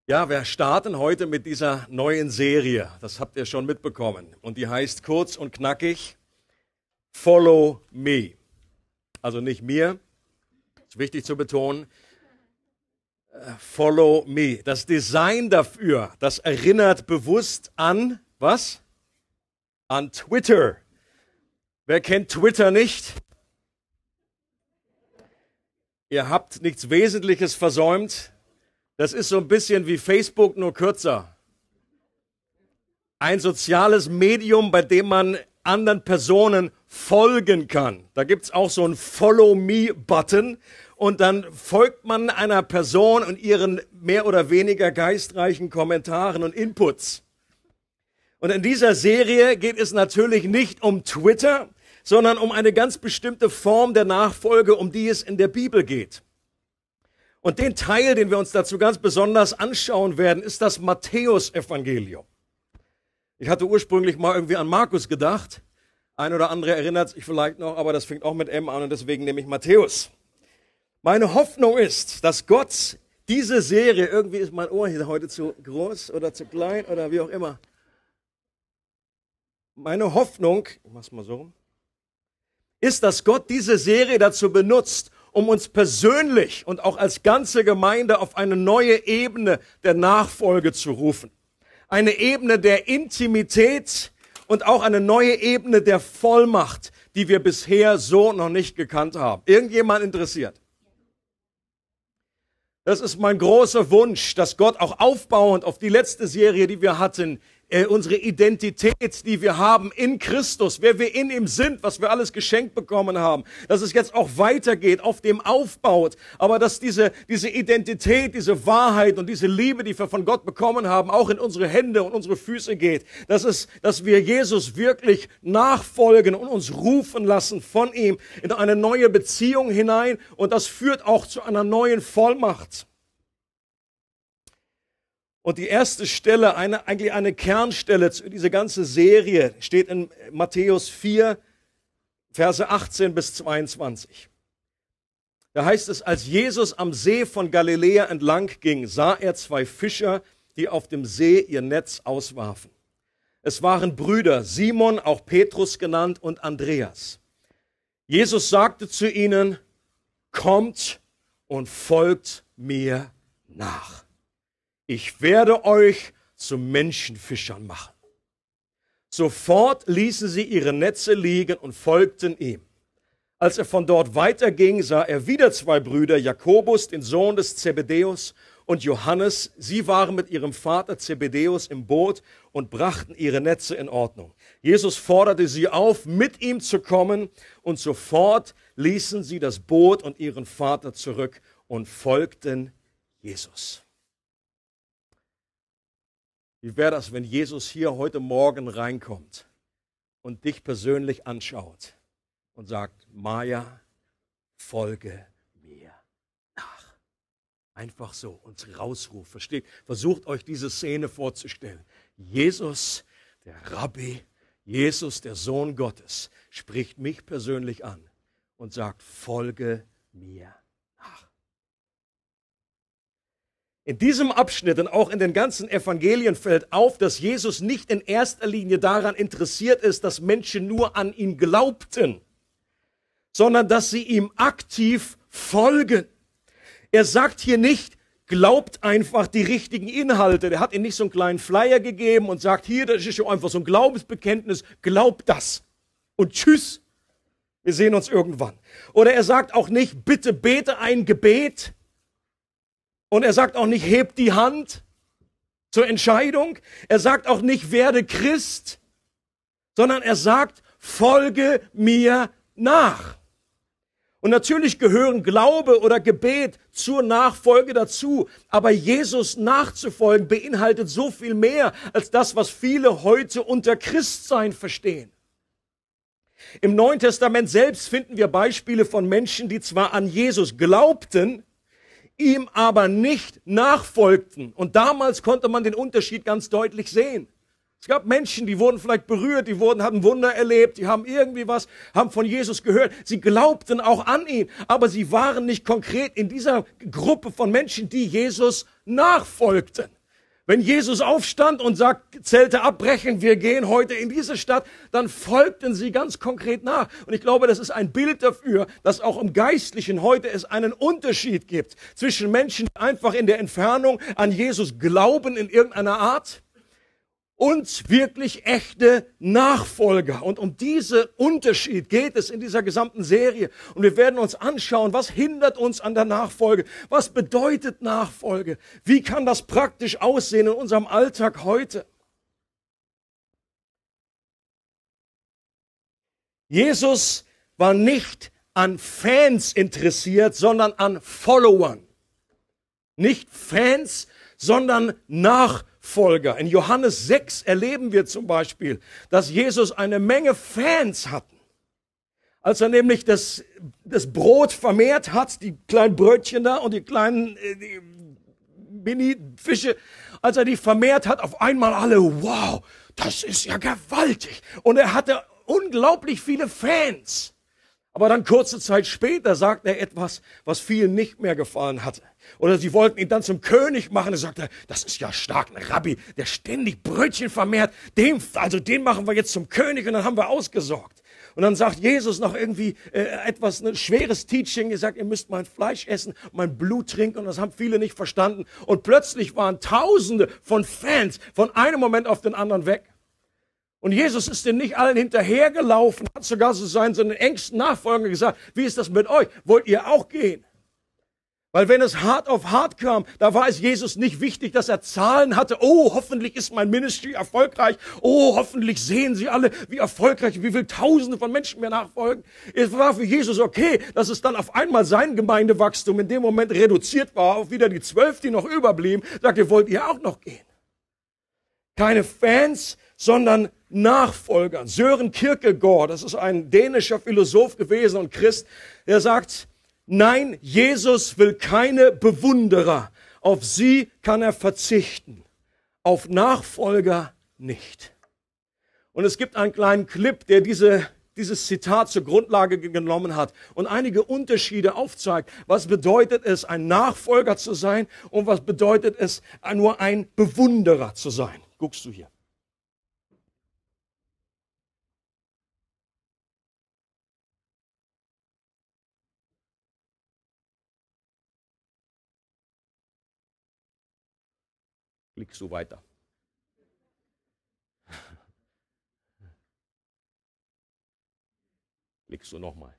Ja, wir starten heute mit dieser neuen Serie. Das habt ihr schon mitbekommen. Und die heißt kurz und knackig Follow Me. Also nicht mir, ist wichtig zu betonen. Follow Me. Das Design dafür, das erinnert bewusst an, was? An Twitter. Wer kennt Twitter nicht? Ihr habt nichts Wesentliches versäumt. Das ist so ein bisschen wie Facebook, nur kürzer. Ein soziales Medium, bei dem man anderen Personen folgen kann. Da gibt's auch so einen Follow-Me-Button und dann folgt man einer Person und ihren mehr oder weniger geistreichen Kommentaren und Inputs. Und in dieser Serie geht es natürlich nicht um Twitter, sondern um eine ganz bestimmte Form der Nachfolge, um die es in der Bibel geht. Und den Teil, den wir uns dazu ganz besonders anschauen werden, ist das Matthäus-Evangelium. Ich hatte ursprünglich mal irgendwie an Markus gedacht. Ein oder andere erinnert sich vielleicht noch, aber das fängt auch mit M an und deswegen nehme ich Matthäus. Meine Hoffnung ist, dass Gott diese Serie, irgendwie ist mein Ohr hier heute zu groß oder zu klein oder wie auch immer. Meine Hoffnung, ich mach's mal so, ist, dass Gott diese Serie dazu benutzt, um uns persönlich und auch als ganze Gemeinde auf eine neue Ebene der Nachfolge zu rufen. Eine Ebene der Intimität und auch eine neue Ebene der Vollmacht, die wir bisher so noch nicht gekannt haben. Irgendjemand interessiert? Das ist mein großer Wunsch, dass Gott auch aufbauend auf die letzte Serie, die wir hatten, unsere Identität, die wir haben in Christus, wer wir in ihm sind, was wir alles geschenkt bekommen haben, dass es jetzt auch weitergeht, auf dem aufbaut, aber dass diese Identität, diese Wahrheit und diese Liebe, die wir von Gott bekommen haben, auch in unsere Hände und unsere Füße geht, dass wir Jesus wirklich nachfolgen und uns rufen lassen von ihm in eine neue Beziehung hinein und das führt auch zu einer neuen Vollmacht. Und die erste Stelle, eigentlich eine Kernstelle zu dieser ganzen Serie, steht in Matthäus 4, Verse 18 bis 22. Da heißt es, als Jesus am See von Galiläa entlang ging, sah er zwei Fischer, die auf dem See ihr Netz auswarfen. Es waren Brüder, Simon, auch Petrus genannt, und Andreas. Jesus sagte zu ihnen, kommt und folgt mir nach. Ich werde euch zu Menschenfischern machen. Sofort ließen sie ihre Netze liegen und folgten ihm. Als er von dort weiterging, sah er wieder zwei Brüder, Jakobus, den Sohn des Zebedäus, und Johannes. Sie waren mit ihrem Vater Zebedäus im Boot und brachten ihre Netze in Ordnung. Jesus forderte sie auf, mit ihm zu kommen, und sofort ließen sie das Boot und ihren Vater zurück und folgten Jesus. Wie wäre das, wenn Jesus hier heute Morgen reinkommt und dich persönlich anschaut und sagt, Maja, folge mir nach. Einfach so uns rausruft. Versteht? Versucht euch diese Szene vorzustellen. Jesus, der Rabbi, Jesus, der Sohn Gottes, spricht mich persönlich an und sagt, folge mir nach. In diesem Abschnitt und auch in den ganzen Evangelien fällt auf, dass Jesus nicht in erster Linie daran interessiert ist, dass Menschen nur an ihn glaubten, sondern dass sie ihm aktiv folgen. Er sagt hier nicht, glaubt einfach die richtigen Inhalte. Der hat ihnen nicht so einen kleinen Flyer gegeben und sagt, hier, das ist ja einfach so ein Glaubensbekenntnis, glaubt das und tschüss, wir sehen uns irgendwann. Oder er sagt auch nicht, bitte bete ein Gebet. Und er sagt auch nicht, hebt die Hand zur Entscheidung. Er sagt auch nicht, werde Christ, sondern er sagt, folge mir nach. Und natürlich gehören Glaube oder Gebet zur Nachfolge dazu. Aber Jesus nachzufolgen beinhaltet so viel mehr als das, was viele heute unter Christsein verstehen. Im Neuen Testament selbst finden wir Beispiele von Menschen, die zwar an Jesus glaubten, ihm aber nicht nachfolgten. Und damals konnte man den Unterschied ganz deutlich sehen. Es gab Menschen, die wurden vielleicht berührt, hatten Wunder erlebt, die haben irgendwie was, haben von Jesus gehört. Sie glaubten auch an ihn, aber sie waren nicht konkret in dieser Gruppe von Menschen, die Jesus nachfolgten. Wenn Jesus aufstand und sagt, Zelte abbrechen, wir gehen heute in diese Stadt, dann folgten sie ganz konkret nach. Und ich glaube, das ist ein Bild dafür, dass auch im Geistlichen heute es einen Unterschied gibt zwischen Menschen, die einfach in der Entfernung an Jesus glauben in irgendeiner Art und wirklich echte Nachfolger. Und um diesen Unterschied geht es in dieser gesamten Serie. Und wir werden uns anschauen, was hindert uns an der Nachfolge? Was bedeutet Nachfolge? Wie kann das praktisch aussehen in unserem Alltag heute? Jesus war nicht an Fans interessiert, sondern an Followern. Nicht Fans, sondern Nachfolger. In Johannes 6 erleben wir zum Beispiel, dass Jesus eine Menge Fans hatte. Als er nämlich das Brot vermehrt hat, die kleinen Brötchen da und die kleinen Mini-Fische, als er die vermehrt hat, auf einmal alle, wow, das ist ja gewaltig. Und er hatte unglaublich viele Fans. Aber dann kurze Zeit später sagt er etwas, was vielen nicht mehr gefallen hatte. Oder sie wollten ihn dann zum König machen. Er sagte, das ist ja stark, ein Rabbi, der ständig Brötchen vermehrt. Den machen wir jetzt zum König und dann haben wir ausgesorgt. Und dann sagt Jesus noch irgendwie ein schweres Teaching. Er sagt, ihr müsst mein Fleisch essen, mein Blut trinken. Und das haben viele nicht verstanden. Und plötzlich waren Tausende von Fans von einem Moment auf den anderen weg. Und Jesus ist denen nicht allen hinterhergelaufen, hat sogar so seinen engsten Nachfolgern gesagt, wie ist das mit euch? Wollt ihr auch gehen? Weil wenn es hart auf hart kam, da war es Jesus nicht wichtig, dass er Zahlen hatte. Oh, hoffentlich ist mein Ministry erfolgreich. Oh, hoffentlich sehen sie alle, wie erfolgreich, wie viele Tausende von Menschen mir nachfolgen. Es war für Jesus okay, dass es dann auf einmal sein Gemeindewachstum in dem Moment reduziert war, auf wieder die 12, die noch überblieben. Sagt ihr, wollt ihr auch noch gehen? Keine Fans, sondern Nachfolger. Søren Kierkegaard, das ist ein dänischer Philosoph gewesen und Christ, der sagt, nein, Jesus will keine Bewunderer. Auf sie kann er verzichten. Auf Nachfolger nicht. Und es gibt einen kleinen Clip, der dieses Zitat zur Grundlage genommen hat und einige Unterschiede aufzeigt. Was bedeutet es, ein Nachfolger zu sein und was bedeutet es, nur ein Bewunderer zu sein? Guckst du hier. Klickst du weiter. Klickst du nochmal.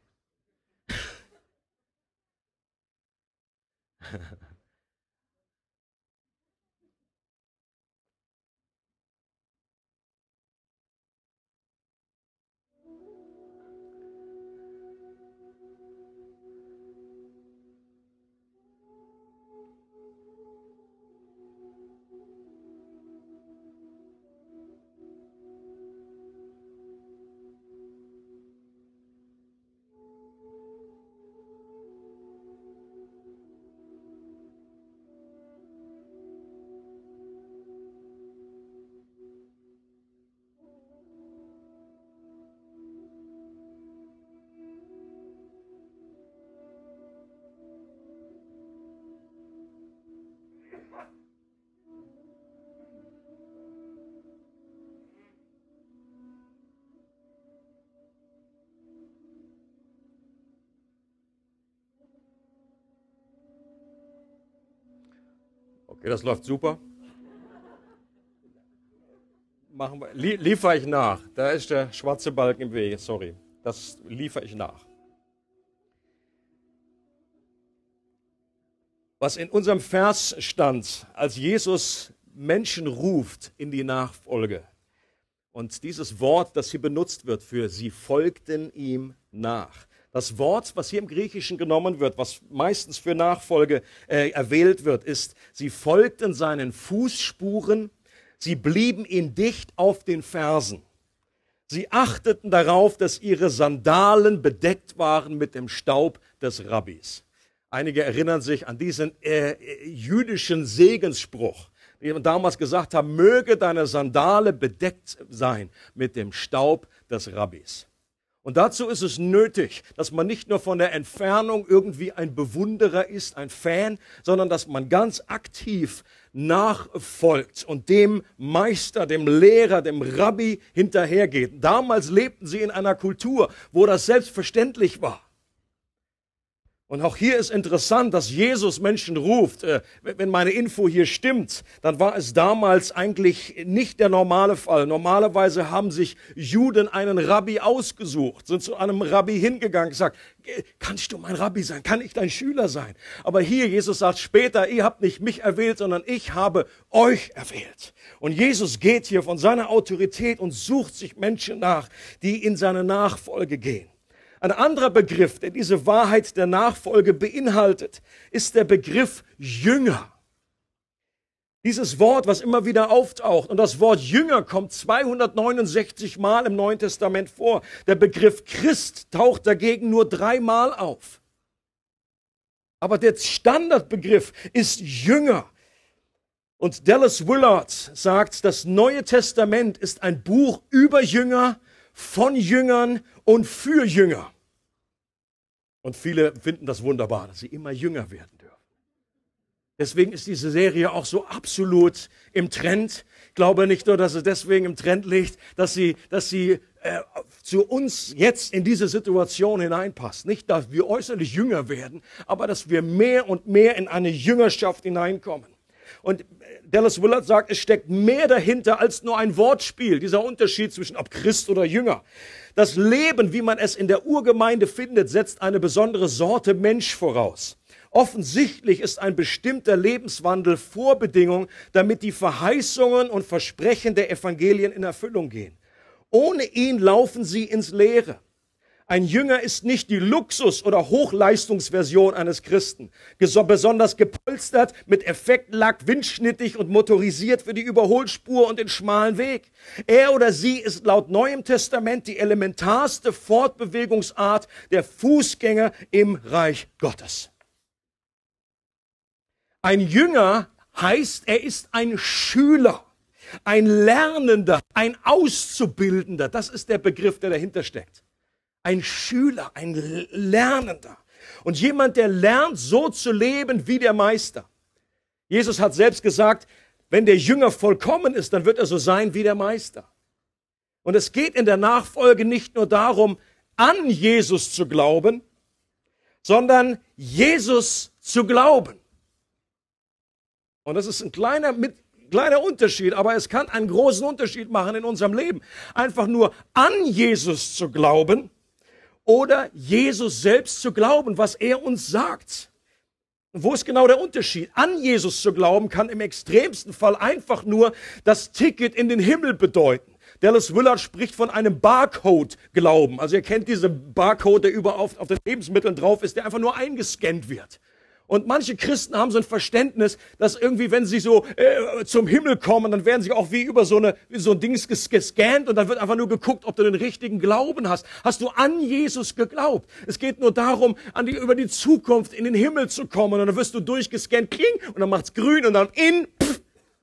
Okay, das läuft super. Machen wir, liefere ich nach. Da ist der schwarze Balken im Wege, sorry. Das liefere ich nach. Was in unserem Vers stand, als Jesus Menschen ruft in die Nachfolge. Und dieses Wort, das hier benutzt wird für sie folgten ihm nach. Das Wort, was hier im Griechischen genommen wird, was meistens für Nachfolge erwählt wird, ist, sie folgten seinen Fußspuren, sie blieben ihm dicht auf den Fersen. Sie achteten darauf, dass ihre Sandalen bedeckt waren mit dem Staub des Rabbis. Einige erinnern sich an diesen jüdischen Segensspruch, die damals gesagt haben, möge deine Sandale bedeckt sein mit dem Staub des Rabbis. Und dazu ist es nötig, dass man nicht nur von der Entfernung irgendwie ein Bewunderer ist, ein Fan, sondern dass man ganz aktiv nachfolgt und dem Meister, dem Lehrer, dem Rabbi hinterhergeht. Damals lebten sie in einer Kultur, wo das selbstverständlich war. Und auch hier ist interessant, dass Jesus Menschen ruft. Wenn meine Info hier stimmt, dann war es damals eigentlich nicht der normale Fall. Normalerweise haben sich Juden einen Rabbi ausgesucht, sind zu einem Rabbi hingegangen, gesagt, kannst du mein Rabbi sein? Kann ich dein Schüler sein? Aber hier, Jesus sagt später, ihr habt nicht mich erwählt, sondern ich habe euch erwählt. Und Jesus geht hier von seiner Autorität und sucht sich Menschen nach, die in seine Nachfolge gehen. Ein anderer Begriff, der diese Wahrheit der Nachfolge beinhaltet, ist der Begriff Jünger. Dieses Wort, was immer wieder auftaucht, und das Wort Jünger kommt 269 Mal im Neuen Testament vor. Der Begriff Christ taucht dagegen nur 3 Mal auf. Aber der Standardbegriff ist Jünger. Und Dallas Willard sagt, das Neue Testament ist ein Buch über Jünger, von Jüngern und für Jünger. Und viele finden das wunderbar, dass sie immer jünger werden dürfen. Deswegen ist diese Serie auch so absolut im Trend. Ich glaube nicht nur, dass es deswegen im Trend liegt, dass sie zu uns jetzt in diese Situation hineinpasst. Nicht, dass wir äußerlich jünger werden, aber dass wir mehr und mehr in eine Jüngerschaft hineinkommen. Und Dallas Willard sagt, es steckt mehr dahinter als nur ein Wortspiel, dieser Unterschied zwischen ob Christ oder Jünger. Das Leben, wie man es in der Urgemeinde findet, setzt eine besondere Sorte Mensch voraus. Offensichtlich ist ein bestimmter Lebenswandel Vorbedingung, damit die Verheißungen und Versprechen der Evangelien in Erfüllung gehen. Ohne ihn laufen sie ins Leere. Ein Jünger ist nicht die Luxus- oder Hochleistungsversion eines Christen, besonders gepolstert, mit Effektlack, windschnittig und motorisiert für die Überholspur und den schmalen Weg. Er oder sie ist laut Neuem Testament die elementarste Fortbewegungsart der Fußgänger im Reich Gottes. Ein Jünger heißt, er ist ein Schüler, ein Lernender, ein Auszubildender. Das ist der Begriff, der dahinter steckt. Ein Schüler, ein Lernender. Und jemand, der lernt, so zu leben wie der Meister. Jesus hat selbst gesagt, wenn der Jünger vollkommen ist, dann wird er so sein wie der Meister. Und es geht in der Nachfolge nicht nur darum, an Jesus zu glauben, sondern Jesus zu glauben. Und das ist ein kleiner Unterschied, aber es kann einen großen Unterschied machen in unserem Leben. Einfach nur an Jesus zu glauben, oder Jesus selbst zu glauben, was er uns sagt. Wo ist genau der Unterschied? An Jesus zu glauben kann im extremsten Fall einfach nur das Ticket in den Himmel bedeuten. Dallas Willard spricht von einem Barcode-Glauben. Also ihr kennt diesen Barcode, der überall auf den Lebensmitteln drauf ist, der einfach nur eingescannt wird. Und manche Christen haben so ein Verständnis, dass irgendwie, wenn sie so zum Himmel kommen, dann werden sie auch wie über so ein Dings gescannt und dann wird einfach nur geguckt, ob du den richtigen Glauben hast. Hast du an Jesus geglaubt? Es geht nur darum, über die Zukunft in den Himmel zu kommen und dann wirst du durchgescannt, kling, und dann macht's grün und dann pff.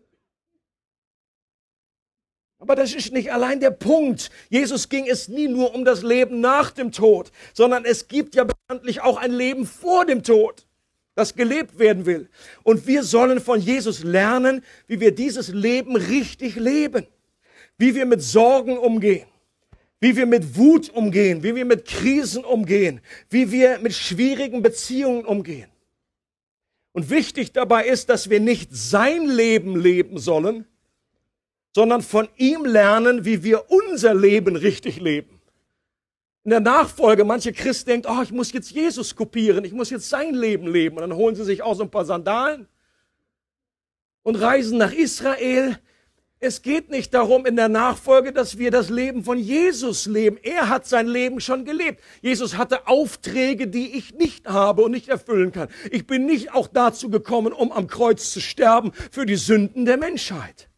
Aber das ist nicht allein der Punkt. Jesus ging es nie nur um das Leben nach dem Tod, sondern es gibt ja bekanntlich auch ein Leben vor dem Tod, das gelebt werden will. Und wir sollen von Jesus lernen, wie wir dieses Leben richtig leben. Wie wir mit Sorgen umgehen. Wie wir mit Wut umgehen. Wie wir mit Krisen umgehen. Wie wir mit schwierigen Beziehungen umgehen. Und wichtig dabei ist, dass wir nicht sein Leben leben sollen, sondern von ihm lernen, wie wir unser Leben richtig leben. In der Nachfolge, manche Christen denken, ich muss jetzt Jesus kopieren, ich muss jetzt sein Leben leben. Und dann holen sie sich auch so ein paar Sandalen und reisen nach Israel. Es geht nicht darum in der Nachfolge, dass wir das Leben von Jesus leben. Er hat sein Leben schon gelebt. Jesus hatte Aufträge, die ich nicht habe und nicht erfüllen kann. Ich bin nicht auch dazu gekommen, um am Kreuz zu sterben für die Sünden der Menschheit.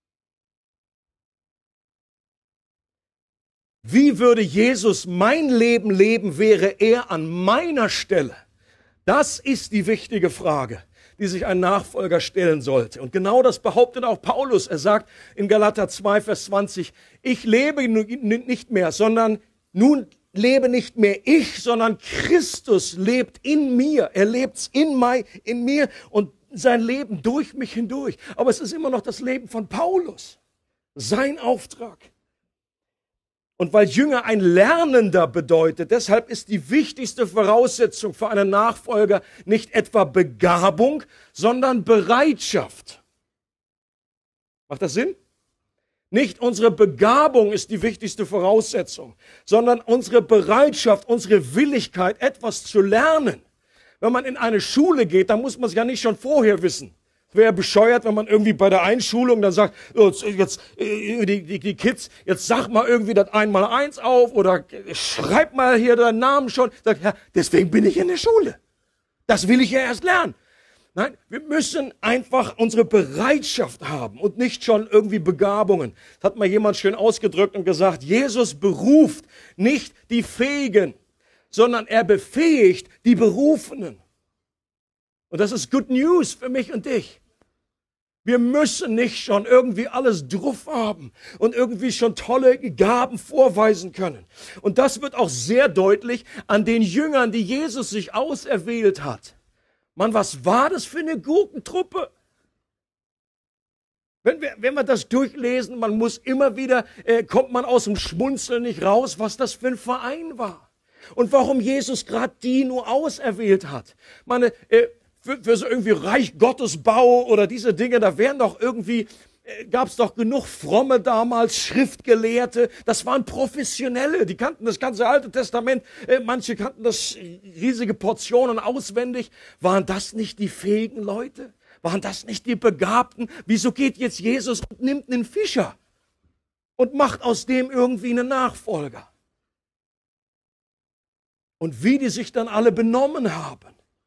Wie würde Jesus mein Leben leben, wäre er an meiner Stelle? Das ist die wichtige Frage, die sich ein Nachfolger stellen sollte. Und genau das behauptet auch Paulus. Er sagt in Galater 2, Vers 20, ich lebe nicht mehr, sondern nun lebe nicht mehr ich, sondern Christus lebt in mir. Er lebt in mir und sein Leben durch mich hindurch. Aber es ist immer noch das Leben von Paulus. Sein Auftrag. Und weil Jünger ein Lernender bedeutet, deshalb ist die wichtigste Voraussetzung für einen Nachfolger nicht etwa Begabung, sondern Bereitschaft. Macht das Sinn? Nicht unsere Begabung ist die wichtigste Voraussetzung, sondern unsere Bereitschaft, unsere Willigkeit, etwas zu lernen. Wenn man in eine Schule geht, dann muss man es ja nicht schon vorher wissen. Es wäre bescheuert, wenn man irgendwie bei der Einschulung dann sagt, jetzt die Kids, jetzt sag mal irgendwie das 1x1 auf oder schreib mal hier deinen Namen schon. Sagt, ja, deswegen bin ich in der Schule. Das will ich ja erst lernen. Nein, wir müssen einfach unsere Bereitschaft haben und nicht schon irgendwie Begabungen. Das hat mal jemand schön ausgedrückt und gesagt, Jesus beruft nicht die Fähigen, sondern er befähigt die Berufenen. Und das ist Good News für mich und dich. Wir müssen nicht schon irgendwie alles drauf haben und irgendwie schon tolle Gaben vorweisen können. Und das wird auch sehr deutlich an den Jüngern, die Jesus sich auserwählt hat. Mann, was war das für eine Gurkentruppe? Wenn wir das durchlesen, man muss immer wieder, kommt man aus dem Schmunzeln nicht raus, was das für ein Verein war. Und warum Jesus gerade die nur auserwählt hat. Meine, für so irgendwie Reich Gottes Bau oder diese Dinge, da wären doch irgendwie, gab es doch genug Fromme damals, Schriftgelehrte, das waren Professionelle, die kannten das ganze Alte Testament, manche kannten das riesige Portionen auswendig. Waren das nicht die fähigen Leute? Waren das nicht die Begabten? Wieso geht jetzt Jesus und nimmt einen Fischer und macht aus dem irgendwie einen Nachfolger? Und wie die sich dann alle benommen haben.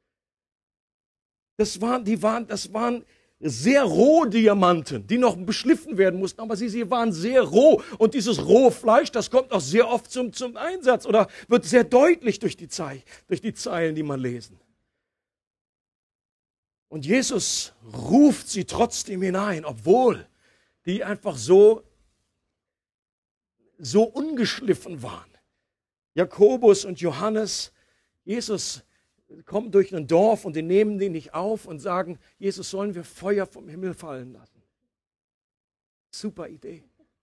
Das waren sehr rohe Diamanten, die noch beschliffen werden mussten, aber sie waren sehr roh. Und dieses rohe Fleisch, das kommt auch sehr oft zum Einsatz oder wird sehr deutlich durch die Zeilen, die man lesen. Und Jesus ruft sie trotzdem hinein, obwohl die einfach so ungeschliffen waren. Jakobus und Johannes, Jesus kommen durch ein Dorf und die nehmen den nicht auf und sagen, Jesus, sollen wir Feuer vom Himmel fallen lassen? Super Idee.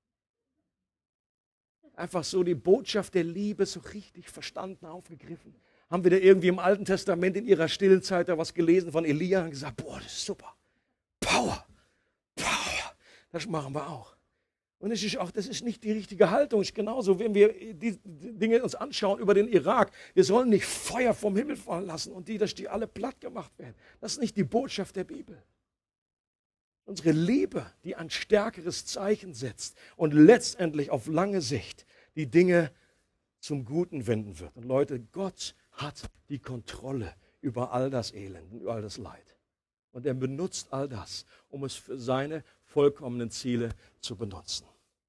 Einfach so die Botschaft der Liebe so richtig verstanden, aufgegriffen. Haben wir da irgendwie im Alten Testament in ihrer stillen Zeit da was gelesen von Elia und gesagt, boah, das ist super. Power. Das machen wir auch. Und das ist nicht die richtige Haltung. Es ist genauso, wenn wir die Dinge uns anschauen über den Irak. Wir sollen nicht Feuer vom Himmel fallen lassen und dass die alle platt gemacht werden. Das ist nicht die Botschaft der Bibel. Unsere Liebe, die ein stärkeres Zeichen setzt und letztendlich auf lange Sicht die Dinge zum Guten wenden wird. Und Leute, Gott hat die Kontrolle über all das Elend, über all das Leid. Und er benutzt all das, um es für seine vollkommenen Ziele zu benutzen.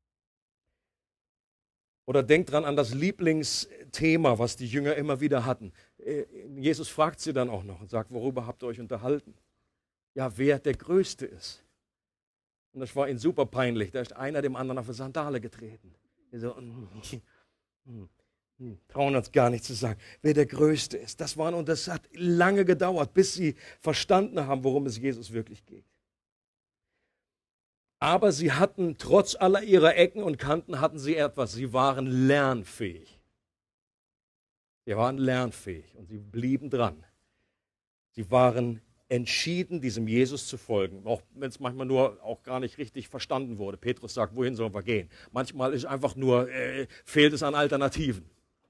Oder denkt dran an das Lieblingsthema, was die Jünger immer wieder hatten. Jesus fragt sie dann auch noch und sagt, worüber habt ihr euch unterhalten? Ja, wer der Größte ist. Und das war ihnen super peinlich. Da ist einer dem anderen auf die Sandale getreten. Die so, trauen uns gar nicht zu sagen, wer der Größte ist. Und das hat lange gedauert, bis sie verstanden haben, worum es Jesus wirklich geht. Aber sie hatten, trotz aller ihrer Ecken und Kanten, hatten sie etwas. Sie waren lernfähig. Sie waren lernfähig und sie blieben dran. Sie waren entschieden, diesem Jesus zu folgen, auch wenn es manchmal nur auch gar nicht richtig verstanden wurde. Petrus sagt, wohin sollen wir gehen? Manchmal ist einfach nur, fehlt es an Alternativen.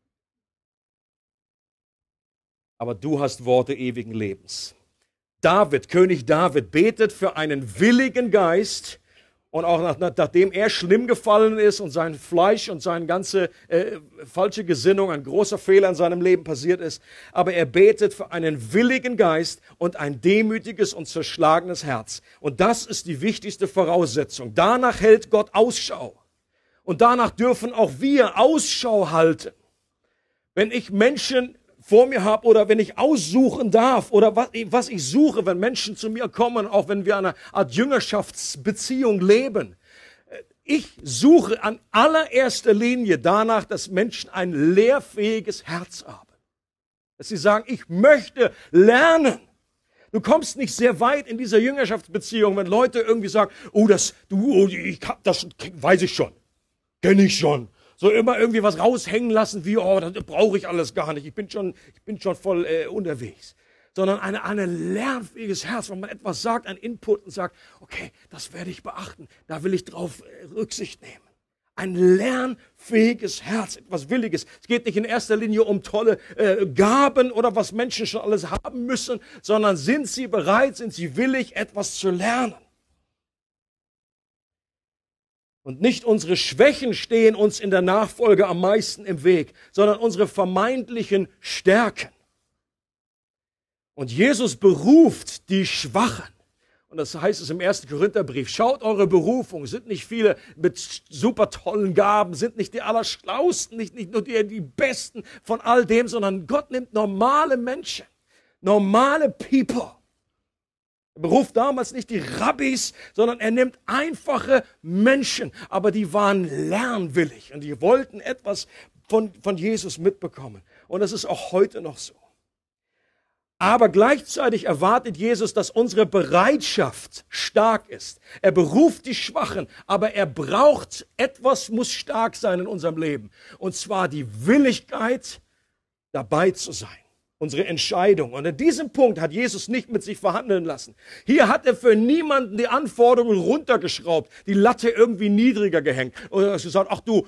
Aber du hast Worte ewigen Lebens. König David, betet für einen willigen Geist. Und auch nachdem er schlimm gefallen ist und sein Fleisch und seine ganze falsche Gesinnung, ein großer Fehler in seinem Leben passiert ist, aber er betet für einen willigen Geist und ein demütiges und zerschlagenes Herz. Und das ist die wichtigste Voraussetzung. Danach hält Gott Ausschau. Und danach dürfen auch wir Ausschau halten. Wenn ich Menschen vor mir habe oder wenn ich aussuchen darf oder was ich suche, wenn Menschen zu mir kommen, auch wenn wir eine Art Jüngerschaftsbeziehung leben. Ich suche an allererster Linie danach, dass Menschen ein lehrfähiges Herz haben. Dass sie sagen, ich möchte lernen. Du kommst nicht sehr weit in dieser Jüngerschaftsbeziehung, wenn Leute irgendwie sagen, das weiß ich schon, kenne ich schon. So immer irgendwie was raushängen lassen, wie, das brauche ich alles gar nicht, ich bin schon voll unterwegs. Sondern ein lernfähiges Herz, wenn man etwas sagt, ein Input und sagt, okay, das werde ich beachten, da will ich drauf Rücksicht nehmen. Ein lernfähiges Herz, etwas Williges. Es geht nicht in erster Linie um tolle Gaben oder was Menschen schon alles haben müssen, sondern sind sie bereit, sind sie willig, etwas zu lernen. Und nicht unsere Schwächen stehen uns in der Nachfolge am meisten im Weg, sondern unsere vermeintlichen Stärken. Und Jesus beruft die Schwachen. Und das heißt es im 1. Korintherbrief, schaut eure Berufung, sind nicht viele mit super tollen Gaben, sind nicht die Allerschlausten, nicht nur die Besten von all dem, sondern Gott nimmt normale Menschen, normale People. Er beruft damals nicht die Rabbis, sondern er nimmt einfache Menschen, aber die waren lernwillig und die wollten etwas von Jesus mitbekommen. Und das ist auch heute noch so. Aber gleichzeitig erwartet Jesus, dass unsere Bereitschaft stark ist. Er beruft die Schwachen, aber er braucht etwas, muss stark sein in unserem Leben. Und zwar die Willigkeit, dabei zu sein. Unsere Entscheidung. Und in diesem Punkt hat Jesus nicht mit sich verhandeln lassen. Hier hat er für niemanden die Anforderungen runtergeschraubt, die Latte irgendwie niedriger gehängt. Und er hat gesagt, ach du,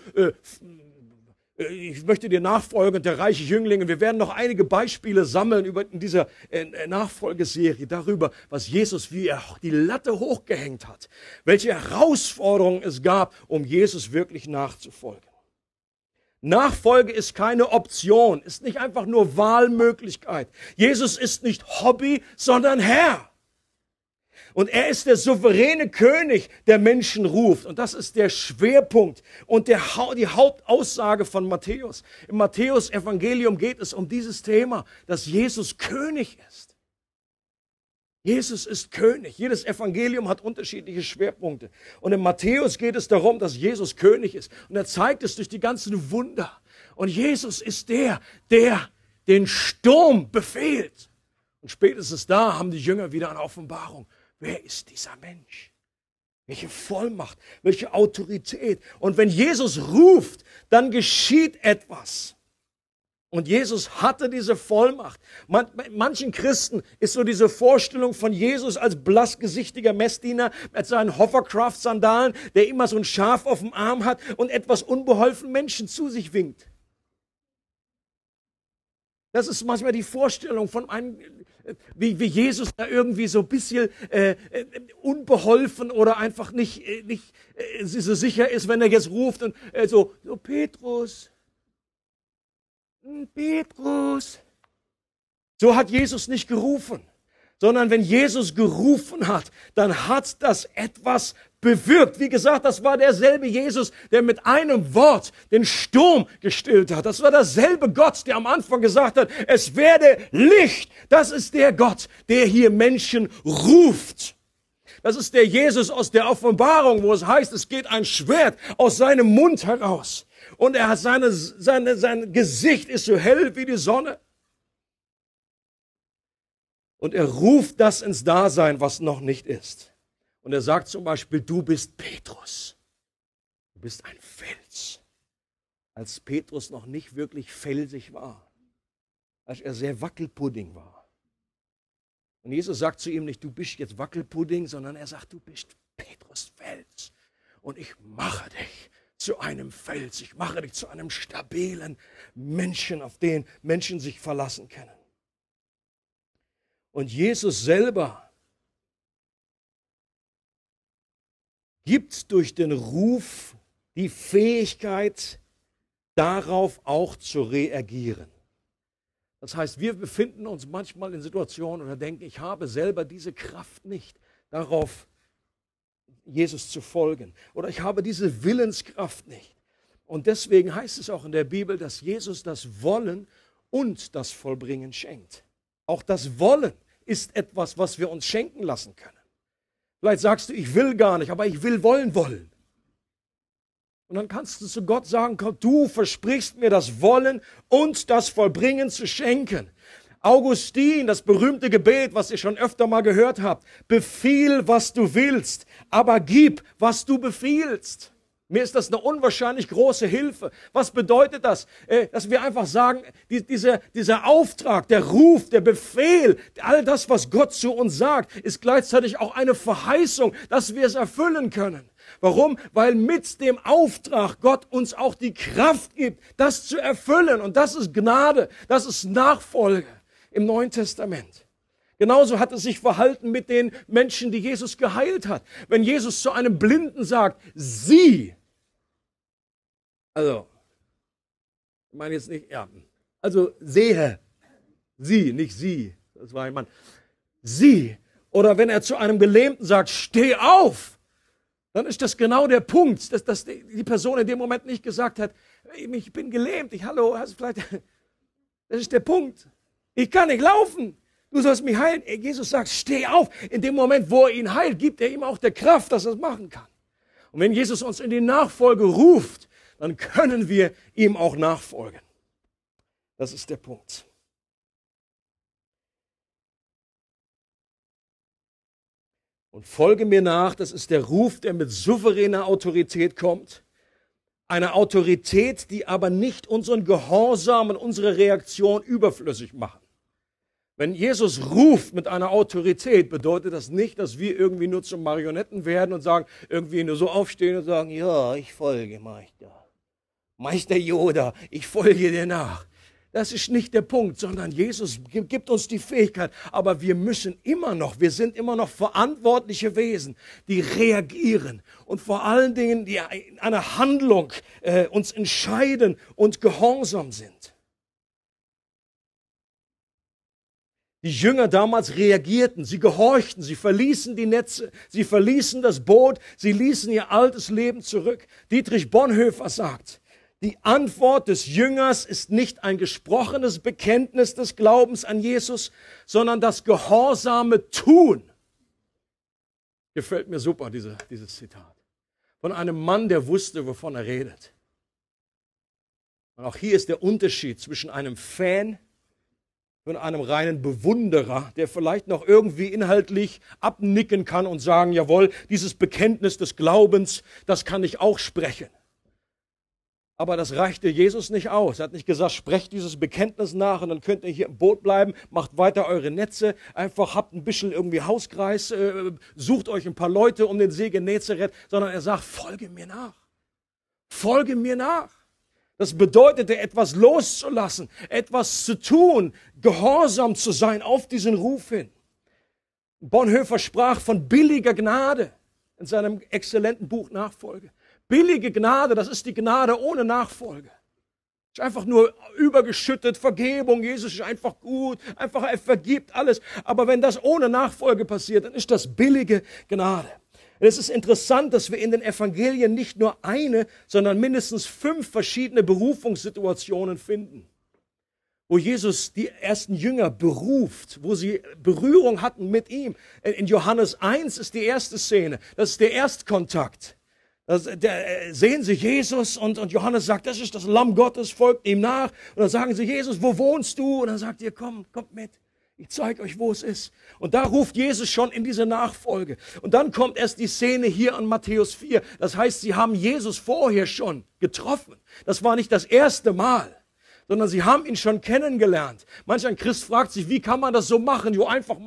ich möchte dir nachfolgen, der reiche Jüngling. Und wir werden noch einige Beispiele sammeln in dieser Nachfolgeserie darüber, was Jesus, wie er die Latte hochgehängt hat, welche Herausforderungen es gab, um Jesus wirklich nachzufolgen. Nachfolge ist keine Option, ist nicht einfach nur Wahlmöglichkeit. Jesus ist nicht Hobby, sondern Herr. Und er ist der souveräne König, der Menschen ruft. Und das ist der Schwerpunkt und die Hauptaussage von Matthäus. Im Matthäus-Evangelium geht es um dieses Thema, dass Jesus König ist. Jesus ist König. Jedes Evangelium hat unterschiedliche Schwerpunkte. Und in Matthäus geht es darum, dass Jesus König ist. Und er zeigt es durch die ganzen Wunder. Und Jesus ist der den Sturm befehlt. Und spätestens da haben die Jünger wieder eine Offenbarung. Wer ist dieser Mensch? Welche Vollmacht, welche Autorität. Und wenn Jesus ruft, dann geschieht etwas. Und Jesus hatte diese Vollmacht. Manchen Christen ist so diese Vorstellung von Jesus als blassgesichtiger Messdiener mit seinen Hovercraft-Sandalen, der immer so ein Schaf auf dem Arm hat und etwas unbeholfen Menschen zu sich winkt. Das ist manchmal die Vorstellung von einem, wie Jesus da irgendwie so ein bisschen unbeholfen oder einfach nicht so sicher ist, wenn er jetzt ruft und so Petrus. So hat Jesus nicht gerufen, sondern wenn Jesus gerufen hat, dann hat das etwas bewirkt. Wie gesagt, das war derselbe Jesus, der mit einem Wort den Sturm gestillt hat. Das war derselbe Gott, der am Anfang gesagt hat, es werde Licht. Das ist der Gott, der hier Menschen ruft. Das ist der Jesus aus der Offenbarung, wo es heißt, es geht ein Schwert aus seinem Mund heraus. Und er hat sein Gesicht ist so hell wie die Sonne. Und er ruft das ins Dasein, was noch nicht ist. Und er sagt zum Beispiel, du bist Petrus. Du bist ein Fels. Als Petrus noch nicht wirklich felsig war. Als er sehr Wackelpudding war. Und Jesus sagt zu ihm nicht, du bist jetzt Wackelpudding, sondern er sagt, du bist Petrus Fels. Und ich mache dich zu einem Fels. Ich mache dich zu einem stabilen Menschen, auf den Menschen sich verlassen können. Und Jesus selber gibt durch den Ruf die Fähigkeit, darauf auch zu reagieren. Das heißt, wir befinden uns manchmal in Situationen oder denken, ich habe selber diese Kraft nicht, darauf Jesus zu folgen. Oder ich habe diese Willenskraft nicht. Und deswegen heißt es auch in der Bibel, dass Jesus das Wollen und das Vollbringen schenkt. Auch das Wollen ist etwas, was wir uns schenken lassen können. Vielleicht sagst du, ich will gar nicht, aber ich will wollen. Und dann kannst du zu Gott sagen, Gott, du versprichst mir das Wollen und das Vollbringen zu schenken. Augustin, das berühmte Gebet, was ihr schon öfter mal gehört habt. Befiehl, was du willst, aber gib, was du befiehlst. Mir ist das eine unwahrscheinlich große Hilfe. Was bedeutet das? Dass wir einfach sagen, dieser Auftrag, der Ruf, der Befehl, all das, was Gott zu uns sagt, ist gleichzeitig auch eine Verheißung, dass wir es erfüllen können. Warum? Weil mit dem Auftrag Gott uns auch die Kraft gibt, das zu erfüllen. Und das ist Gnade, das ist Nachfolge im Neuen Testament. Genauso hat es sich verhalten mit den Menschen, die Jesus geheilt hat. Wenn Jesus zu einem Blinden sagt, sieh, also, ich meine jetzt nicht, ja, also sehe, sie, nicht sie, das war ein Mann, sieh. Oder wenn er zu einem Gelähmten sagt, steh auf, dann ist das genau der Punkt, dass die Person in dem Moment nicht gesagt hat, ich bin gelähmt, hallo, hast du vielleicht, das ist der Punkt. Ich kann nicht laufen. Du sollst mich heilen. Jesus sagt, steh auf. In dem Moment, wo er ihn heilt, gibt er ihm auch der Kraft, dass er es machen kann. Und wenn Jesus uns in die Nachfolge ruft, dann können wir ihm auch nachfolgen. Das ist der Punkt. Und folge mir nach, das ist der Ruf, der mit souveräner Autorität kommt. Eine Autorität, die aber nicht unseren Gehorsam und unsere Reaktion überflüssig machen. Wenn Jesus ruft mit einer Autorität, bedeutet das nicht, dass wir irgendwie nur zum Marionetten werden und sagen, irgendwie nur so aufstehen und sagen, ja, ich folge Meister. Meister Yoda, ich folge dir nach. Das ist nicht der Punkt, sondern Jesus gibt uns die Fähigkeit. Aber wir sind immer noch verantwortliche Wesen, die reagieren und vor allen Dingen, die in einer Handlung uns entscheiden und gehorsam sind. Die Jünger damals reagierten, sie gehorchten, sie verließen die Netze, sie verließen das Boot, sie ließen ihr altes Leben zurück. Dietrich Bonhoeffer sagt, die Antwort des Jüngers ist nicht ein gesprochenes Bekenntnis des Glaubens an Jesus, sondern das gehorsame Tun. Gefällt mir super, dieses Zitat. Von einem Mann, der wusste, wovon er redet. Und auch hier ist der Unterschied zwischen einem Fan und einem reinen Bewunderer, der vielleicht noch irgendwie inhaltlich abnicken kann und sagen, jawohl, dieses Bekenntnis des Glaubens, das kann ich auch sprechen. Aber das reichte Jesus nicht aus. Er hat nicht gesagt, sprecht dieses Bekenntnis nach und dann könnt ihr hier im Boot bleiben, macht weiter eure Netze, einfach habt ein bisschen irgendwie Hauskreis, sucht euch ein paar Leute um den See Genezareth, sondern er sagt, folge mir nach. Folge mir nach. Das bedeutete, etwas loszulassen, etwas zu tun, gehorsam zu sein auf diesen Ruf hin. Bonhoeffer sprach von billiger Gnade in seinem exzellenten Buch Nachfolge. Billige Gnade, das ist die Gnade ohne Nachfolge. Ist einfach nur übergeschüttet, Vergebung, Jesus ist einfach gut, einfach er vergibt alles. Aber wenn das ohne Nachfolge passiert, dann ist das billige Gnade. Es ist interessant, dass wir in den Evangelien nicht nur eine, sondern mindestens 5 verschiedene Berufungssituationen finden, wo Jesus die ersten Jünger beruft, wo sie Berührung hatten mit ihm. In Johannes 1 ist die erste Szene, das ist der Erstkontakt. Da sehen sie Jesus und Johannes sagt, das ist das Lamm Gottes, folgt ihm nach. Und dann sagen sie, Jesus, wo wohnst du? Und dann sagt er, kommt mit. Ich zeige euch, wo es ist. Und da ruft Jesus schon in diese Nachfolge. Und dann kommt erst die Szene hier an Matthäus 4. Das heißt, sie haben Jesus vorher schon getroffen. Das war nicht das erste Mal, sondern sie haben ihn schon kennengelernt. Manch ein Christ fragt sich, wie kann man das so machen? Jo, einfach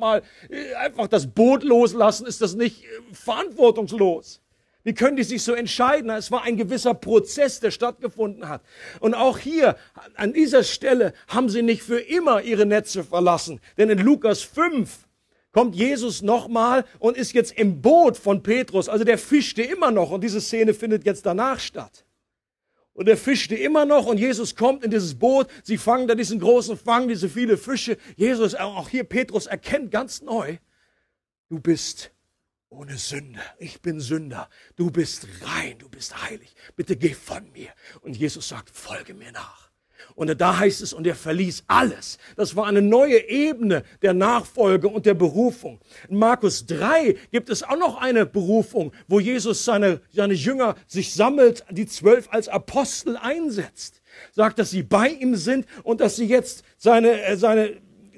das Boot loslassen, ist das nicht verantwortungslos? Wie können die sich so entscheiden? Es war ein gewisser Prozess, der stattgefunden hat. Und auch hier, an dieser Stelle, haben sie nicht für immer ihre Netze verlassen. Denn in Lukas 5 kommt Jesus nochmal und ist jetzt im Boot von Petrus. Also der fischte immer noch und diese Szene findet jetzt danach statt. Und er fischte immer noch und Jesus kommt in dieses Boot. Sie fangen da diesen großen Fang, diese viele Fische. Jesus, auch hier Petrus, erkennt ganz neu, du bist ohne Sünde. Ich bin Sünder. Du bist rein, du bist heilig. Bitte geh von mir. Und Jesus sagt, folge mir nach. Und da heißt es, und er verließ alles. Das war eine neue Ebene der Nachfolge und der Berufung. In Markus 3 gibt es auch noch eine Berufung, wo Jesus seine Jünger sich sammelt, die 12 als Apostel einsetzt. Sagt, dass sie bei ihm sind und dass sie jetzt seine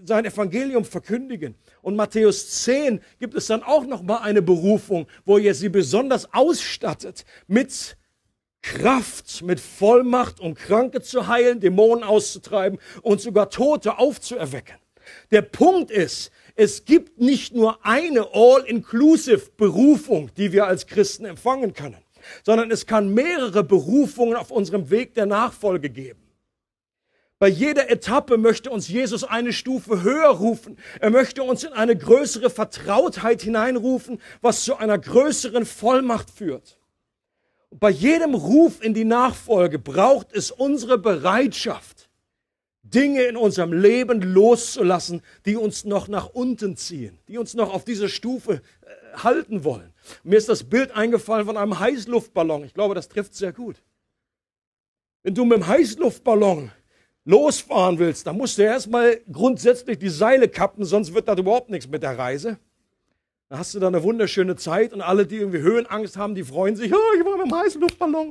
sein Evangelium verkündigen. Und Matthäus 10 gibt es dann auch noch mal eine Berufung, wo er sie besonders ausstattet mit Kraft, mit Vollmacht, um Kranke zu heilen, Dämonen auszutreiben und sogar Tote aufzuerwecken. Der Punkt ist, es gibt nicht nur eine all-inclusive Berufung, die wir als Christen empfangen können, sondern es kann mehrere Berufungen auf unserem Weg der Nachfolge geben. Bei jeder Etappe möchte uns Jesus eine Stufe höher rufen. Er möchte uns in eine größere Vertrautheit hineinrufen, was zu einer größeren Vollmacht führt. Und bei jedem Ruf in die Nachfolge braucht es unsere Bereitschaft, Dinge in unserem Leben loszulassen, die uns noch nach unten ziehen, die uns noch auf dieser Stufe halten wollen. Mir ist das Bild eingefallen von einem Heißluftballon. Ich glaube, das trifft sehr gut. Wenn du mit dem Heißluftballon losfahren willst, dann musst du erstmal grundsätzlich die Seile kappen, sonst wird das überhaupt nichts mit der Reise. Dann hast du da eine wunderschöne Zeit und alle, die irgendwie Höhenangst haben, die freuen sich, oh, ich war mit dem Heißluftballon.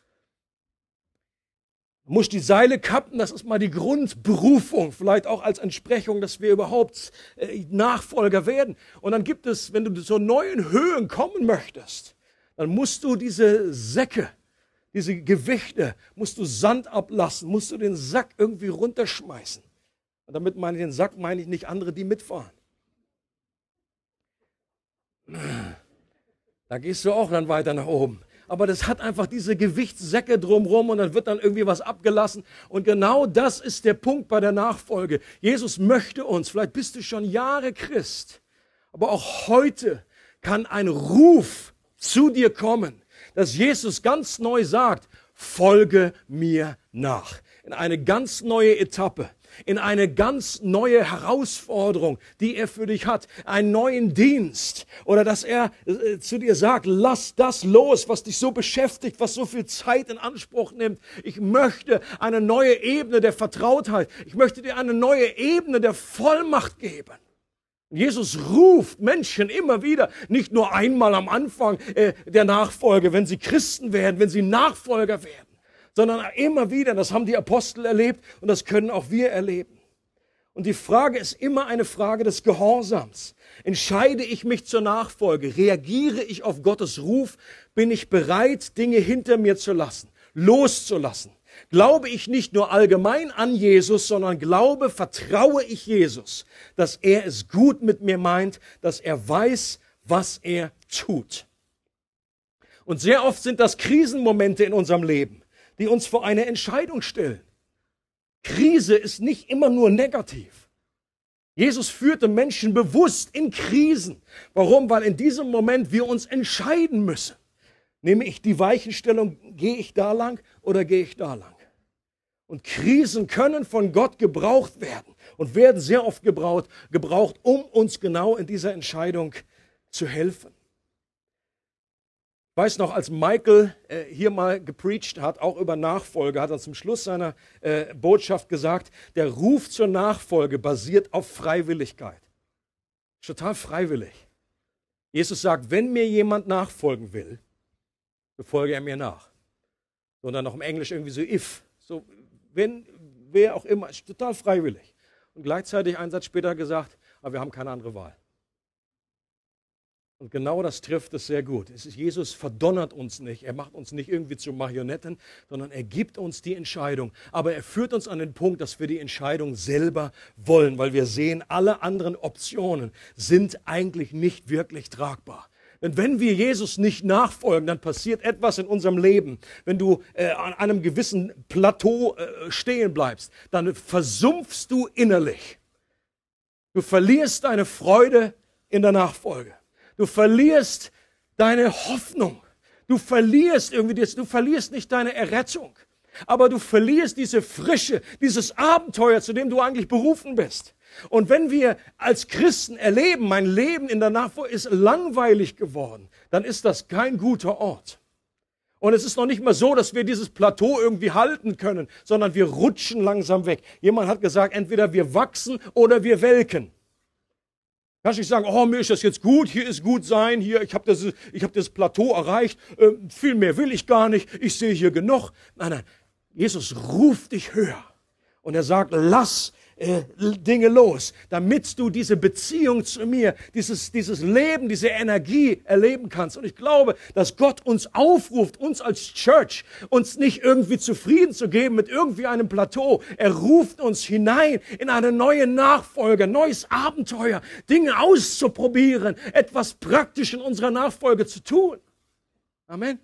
Du musst die Seile kappen, das ist mal die Grundberufung, vielleicht auch als Entsprechung, dass wir überhaupt Nachfolger werden. Und dann gibt es, wenn du zu neuen Höhen kommen möchtest, dann musst du diese Säcke, diese Gewichte, musst du Sand ablassen, musst du den Sack irgendwie runterschmeißen. Und damit meine ich den Sack, meine ich nicht andere, die mitfahren. Da gehst du auch dann weiter nach oben. Aber das hat einfach diese Gewichtssäcke drumherum und dann wird dann irgendwie was abgelassen. Und genau das ist der Punkt bei der Nachfolge. Jesus möchte uns, vielleicht bist du schon Jahre Christ, aber auch heute kann ein Ruf zu dir kommen, dass Jesus ganz neu sagt, folge mir nach. In eine ganz neue Etappe, in eine ganz neue Herausforderung, die er für dich hat, einen neuen Dienst. Oder dass er zu dir sagt, lass das los, was dich so beschäftigt, was so viel Zeit in Anspruch nimmt. Ich möchte eine neue Ebene der Vertrautheit. Ich möchte dir eine neue Ebene der Vollmacht geben. Jesus ruft Menschen immer wieder, nicht nur einmal am Anfang der Nachfolge, wenn sie Christen werden, wenn sie Nachfolger werden, sondern immer wieder, das haben die Apostel erlebt und das können auch wir erleben. Und die Frage ist immer eine Frage des Gehorsams. Entscheide ich mich zur Nachfolge? Reagiere ich auf Gottes Ruf? Bin ich bereit, Dinge hinter mir zu lassen, loszulassen? Glaube ich nicht nur allgemein an Jesus, sondern vertraue ich Jesus, dass er es gut mit mir meint, dass er weiß, was er tut. Und sehr oft sind das Krisenmomente in unserem Leben, die uns vor eine Entscheidung stellen. Krise ist nicht immer nur negativ. Jesus führte Menschen bewusst in Krisen. Warum? Weil in diesem Moment wir uns entscheiden müssen. Nehme ich die Weichenstellung, gehe ich da lang oder gehe ich da lang? Und Krisen können von Gott gebraucht werden und werden sehr oft gebraucht, um uns genau in dieser Entscheidung zu helfen. Ich weiß noch, als Michael hier mal gepreacht hat, auch über Nachfolge, hat er zum Schluss seiner Botschaft gesagt, der Ruf zur Nachfolge basiert auf Freiwilligkeit. Total freiwillig. Jesus sagt, wenn mir jemand nachfolgen will, befolge er mir nach. Und dann noch im Englisch irgendwie so if. So, wenn, wer auch immer, ist total freiwillig. Und gleichzeitig einen Satz später gesagt, aber wir haben keine andere Wahl. Und genau das trifft es sehr gut. Jesus verdonnert uns nicht, er macht uns nicht irgendwie zu Marionetten, sondern er gibt uns die Entscheidung. Aber er führt uns an den Punkt, dass wir die Entscheidung selber wollen, weil wir sehen, alle anderen Optionen sind eigentlich nicht wirklich tragbar. Denn wenn wir Jesus nicht nachfolgen, dann passiert etwas in unserem Leben. Wenn du an einem gewissen Plateau stehen bleibst, dann versumpfst du innerlich. Du verlierst deine Freude in der Nachfolge. Du verlierst deine Hoffnung. Du verlierst nicht deine Errettung. Aber du verlierst diese Frische, dieses Abenteuer, zu dem du eigentlich berufen bist. Und wenn wir als Christen erleben, mein Leben in der Nachfolge ist langweilig geworden, dann ist das kein guter Ort. Und es ist noch nicht mal so, dass wir dieses Plateau irgendwie halten können, sondern wir rutschen langsam weg. Jemand hat gesagt, entweder wir wachsen oder wir welken. Kannst nicht sagen, oh, mir ist das jetzt gut, hier ist gut sein, hier, ich hab das Plateau erreicht, viel mehr will ich gar nicht, ich sehe hier genug. Nein, Jesus ruft dich höher. Und er sagt, lass Dinge los, damit du diese Beziehung zu mir, dieses Leben, diese Energie erleben kannst. Und ich glaube, dass Gott uns aufruft, uns als Church, uns nicht irgendwie zufrieden zu geben mit irgendwie einem Plateau. Er ruft uns hinein in eine neue Nachfolge, neues Abenteuer, Dinge auszuprobieren, etwas praktisch in unserer Nachfolge zu tun. Amen.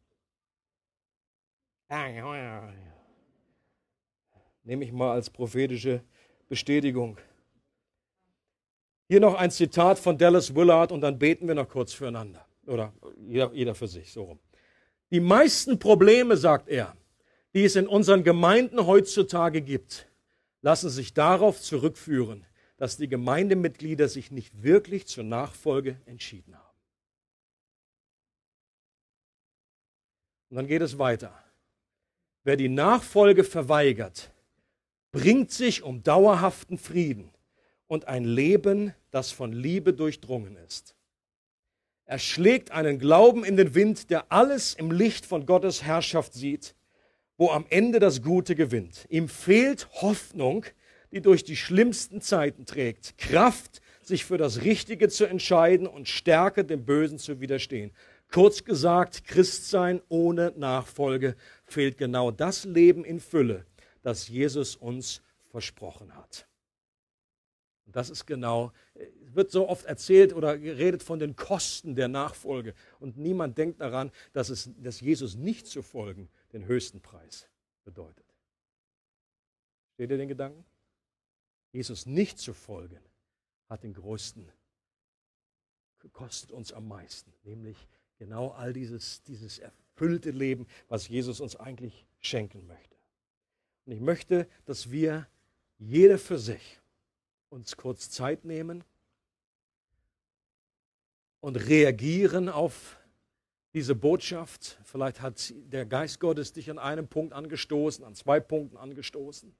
Nehme ich mal als prophetische Bestätigung. Hier noch ein Zitat von Dallas Willard und dann beten wir noch kurz füreinander. Oder jeder für sich, so rum. Die meisten Probleme, sagt er, die es in unseren Gemeinden heutzutage gibt, lassen sich darauf zurückführen, dass die Gemeindemitglieder sich nicht wirklich zur Nachfolge entschieden haben. Und dann geht es weiter. Wer die Nachfolge verweigert, bringt sich um dauerhaften Frieden und ein Leben, das von Liebe durchdrungen ist. Er schlägt einen Glauben in den Wind, der alles im Licht von Gottes Herrschaft sieht, wo am Ende das Gute gewinnt. Ihm fehlt Hoffnung, die durch die schlimmsten Zeiten trägt, Kraft, sich für das Richtige zu entscheiden und Stärke, dem Bösen zu widerstehen. Kurz gesagt, Christsein ohne Nachfolge fehlt genau das Leben in Fülle, das Jesus uns versprochen hat. Und das ist genau, wird so oft erzählt oder geredet von den Kosten der Nachfolge. Und niemand denkt daran, dass Jesus nicht zu folgen den höchsten Preis bedeutet. Versteht ihr den Gedanken? Jesus nicht zu folgen hat den größten, kostet uns am meisten, nämlich genau all dieses erfüllte Leben, was Jesus uns eigentlich schenken möchte. Und ich möchte, dass wir jeder für sich uns kurz Zeit nehmen und reagieren auf diese Botschaft. Vielleicht hat der Geist Gottes dich an einem Punkt angestoßen, an 2 Punkten angestoßen.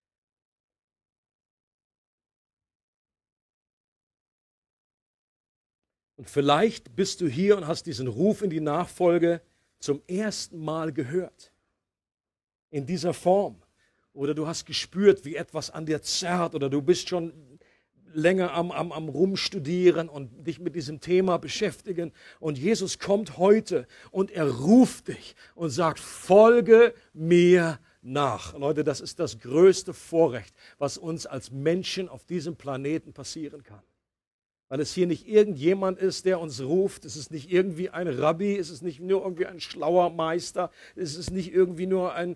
Und vielleicht bist du hier und hast diesen Ruf in die Nachfolge zum ersten Mal gehört. In dieser Form. Oder du hast gespürt, wie etwas an dir zerrt. Oder du bist schon länger am Rumstudieren und dich mit diesem Thema beschäftigen. Und Jesus kommt heute und er ruft dich und sagt, folge mir nach. Leute, das ist das größte Vorrecht, was uns als Menschen auf diesem Planeten passieren kann. Weil es hier nicht irgendjemand ist, der uns ruft. Es ist nicht irgendwie ein Rabbi, es ist nicht nur irgendwie ein schlauer Meister, es ist nicht irgendwie nur ein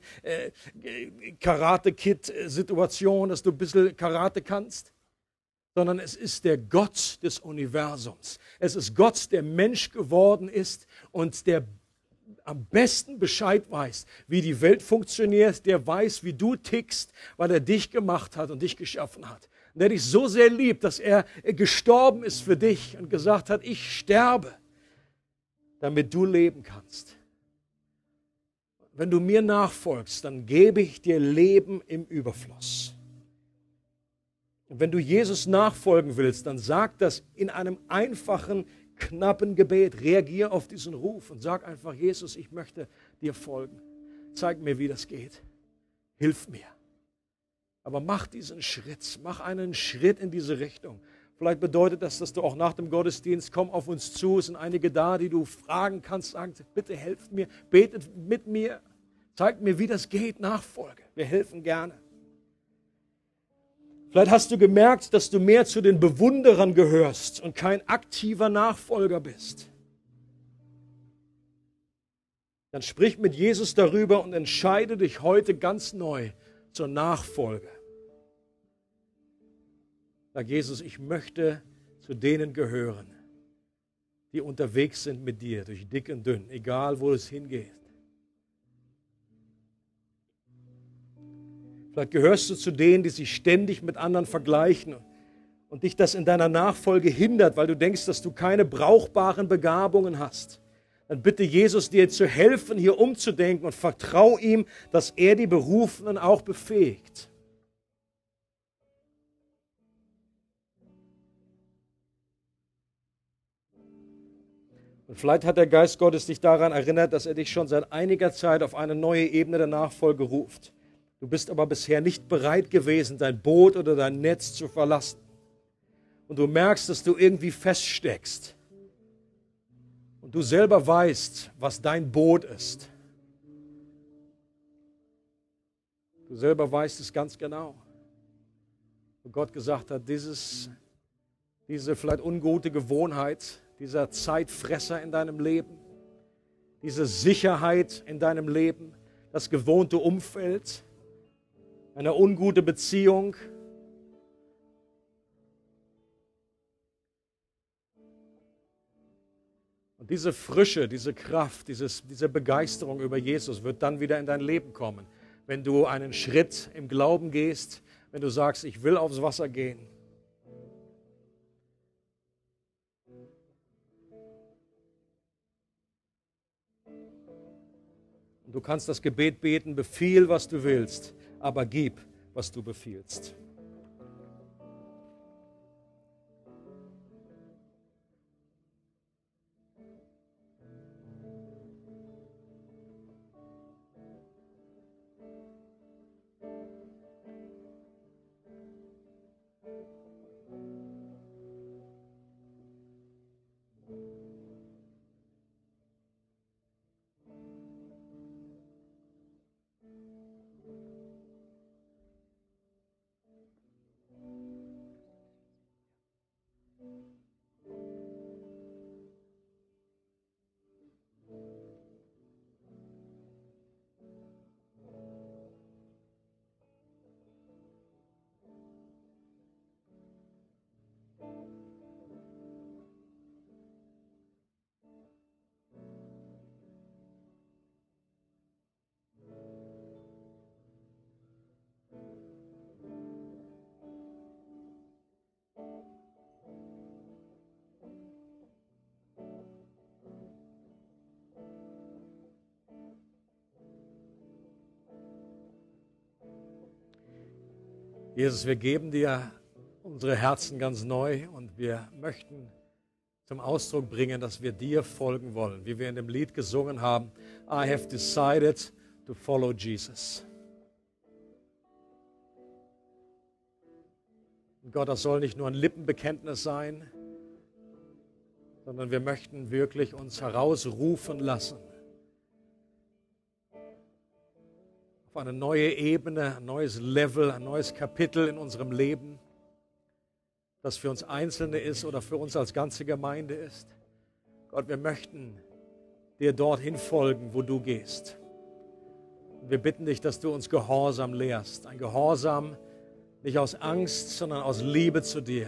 Karate-Kid-Situation, dass du ein bisschen Karate kannst, sondern es ist der Gott des Universums. Es ist Gott, der Mensch geworden ist und der am besten Bescheid weiß, wie die Welt funktioniert, der weiß, wie du tickst, weil er dich gemacht hat und dich geschaffen hat. Und der dich so sehr liebt, dass er gestorben ist für dich und gesagt hat, ich sterbe, damit du leben kannst. Wenn du mir nachfolgst, dann gebe ich dir Leben im Überfluss. Und wenn du Jesus nachfolgen willst, dann sag das in einem einfachen, knappen Gebet. Reagier auf diesen Ruf und sag einfach, Jesus, ich möchte dir folgen. Zeig mir, wie das geht. Hilf mir. Aber mach diesen Schritt, mach einen Schritt in diese Richtung. Vielleicht bedeutet das, dass du auch nach dem Gottesdienst, komm auf uns zu, es sind einige da, die du fragen kannst, sagen, bitte helft mir, betet mit mir, zeigt mir, wie das geht, Nachfolge. Wir helfen gerne. Vielleicht hast du gemerkt, dass du mehr zu den Bewunderern gehörst und kein aktiver Nachfolger bist. Dann sprich mit Jesus darüber und entscheide dich heute ganz neu zur Nachfolge. Sag Jesus, ich möchte zu denen gehören, die unterwegs sind mit dir, durch dick und dünn, egal wo es hingeht. Vielleicht gehörst du zu denen, die sich ständig mit anderen vergleichen und dich das in deiner Nachfolge hindert, weil du denkst, dass du keine brauchbaren Begabungen hast. Dann bitte Jesus, dir zu helfen, hier umzudenken und vertrau ihm, dass er die Berufenen auch befähigt. Und vielleicht hat der Geist Gottes dich daran erinnert, dass er dich schon seit einiger Zeit auf eine neue Ebene der Nachfolge ruft. Du bist aber bisher nicht bereit gewesen, dein Boot oder dein Netz zu verlassen. Und du merkst, dass du irgendwie feststeckst. Und du selber weißt, was dein Boot ist. Du selber weißt es ganz genau. Und Gott gesagt hat, diese vielleicht ungute Gewohnheit, dieser Zeitfresser in deinem Leben, diese Sicherheit in deinem Leben, das gewohnte Umfeld, eine ungute Beziehung, und diese Frische, diese Kraft, diese Begeisterung über Jesus wird dann wieder in dein Leben kommen, wenn du einen Schritt im Glauben gehst, wenn du sagst, ich will aufs Wasser gehen. Und du kannst das Gebet beten, befiehl, was du willst, aber gib, was du befiehlst. Jesus, wir geben dir unsere Herzen ganz neu und wir möchten zum Ausdruck bringen, dass wir dir folgen wollen, wie wir in dem Lied gesungen haben, I have decided to follow Jesus. Und Gott, das soll nicht nur ein Lippenbekenntnis sein, sondern wir möchten wirklich uns herausrufen lassen auf eine neue Ebene, ein neues Level, ein neues Kapitel in unserem Leben, das für uns Einzelne ist oder für uns als ganze Gemeinde ist. Gott, wir möchten dir dorthin folgen, wo du gehst. Und wir bitten dich, dass du uns Gehorsam lehrst. Ein Gehorsam nicht aus Angst, sondern aus Liebe zu dir.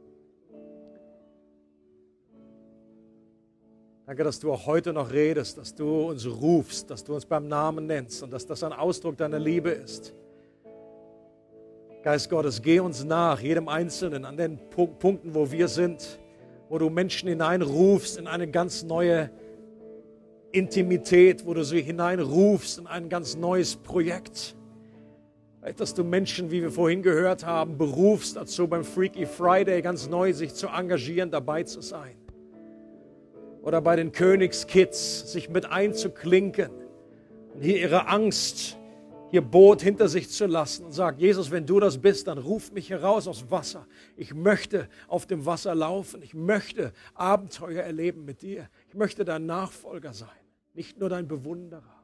Danke, dass du auch heute noch redest, dass du uns rufst, dass du uns beim Namen nennst und dass das ein Ausdruck deiner Liebe ist. Geist Gottes, geh uns nach, jedem Einzelnen, an den Punkten, wo wir sind, wo du Menschen hineinrufst in eine ganz neue Intimität, wo du sie hineinrufst in ein ganz neues Projekt. Vielleicht, dass du Menschen, wie wir vorhin gehört haben, berufst dazu, beim Freaky Friday ganz neu sich zu engagieren, dabei zu sein. Oder bei den Königskids, sich mit einzuklinken und hier ihre Angst, ihr Boot hinter sich zu lassen und sagt, Jesus, wenn du das bist, dann ruf mich heraus aus Wasser. Ich möchte auf dem Wasser laufen. Ich möchte Abenteuer erleben mit dir. Ich möchte dein Nachfolger sein, nicht nur dein Bewunderer.